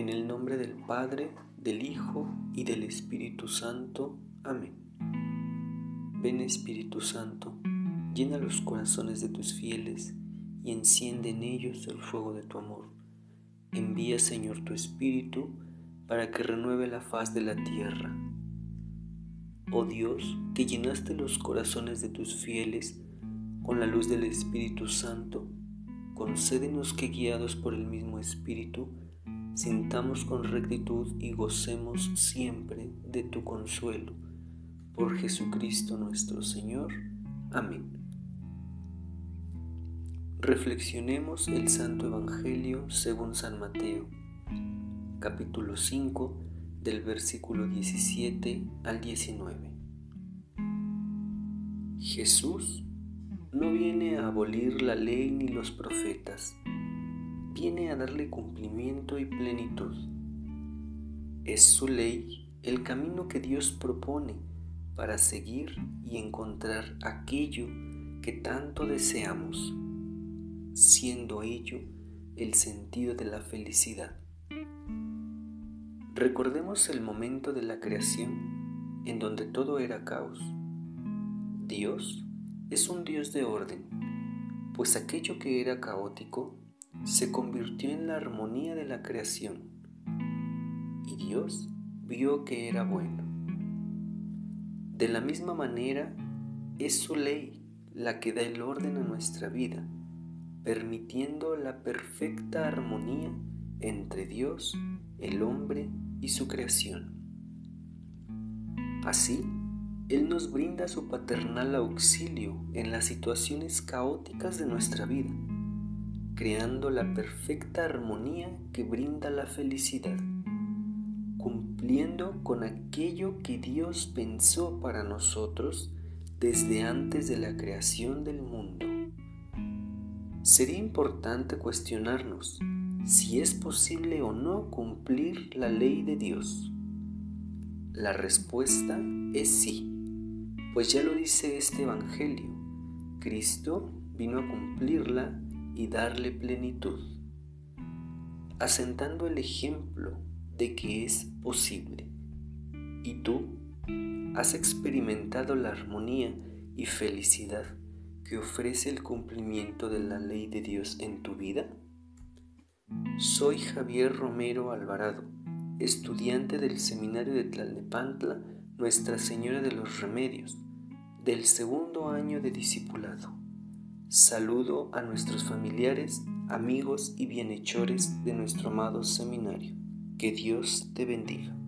En el nombre del Padre, del Hijo y del Espíritu Santo. Amén. Ven Espíritu Santo, llena los corazones de tus fieles y enciende en ellos el fuego de tu amor. Envía, Señor, tu Espíritu para que renueve la faz de la tierra. Oh Dios, que llenaste los corazones de tus fieles con la luz del Espíritu Santo, concédenos que, guiados por el mismo Espíritu, sintamos con rectitud y gocemos siempre de tu consuelo. Por Jesucristo nuestro Señor. Amén. Reflexionemos el Santo Evangelio según San Mateo, capítulo 5, del versículo 17 al 19. Jesús no viene a abolir la ley ni los profetas, viene a darle cumplimiento y plenitud. Es su ley el camino que Dios propone para seguir y encontrar aquello que tanto deseamos, siendo ello el sentido de la felicidad. Recordemos el momento de la creación en donde todo era caos. Dios es un Dios de orden, pues aquello que era caótico se convirtió en la armonía de la creación, y Dios vio que era bueno. De la misma manera, es su ley la que da el orden a nuestra vida, permitiendo la perfecta armonía entre Dios, el hombre y su creación. Así, Él nos brinda su paternal auxilio en las situaciones caóticas de nuestra vida, creando la perfecta armonía que brinda la felicidad, cumpliendo con aquello que Dios pensó para nosotros desde antes de la creación del mundo. Sería importante cuestionarnos si es posible o no cumplir la ley de Dios. La respuesta es sí, pues ya lo dice este Evangelio. Cristo vino a cumplirla y darle plenitud, asentando el ejemplo de que es posible. ¿Y tú has experimentado la armonía y felicidad que ofrece el cumplimiento de la ley de Dios en tu vida? Soy Javier Romero Alvarado, estudiante del Seminario de Tlalnepantla, Nuestra Señora de los Remedios, del segundo año de discipulado. Saludo a nuestros familiares, amigos y bienhechores de nuestro amado seminario. Que Dios te bendiga.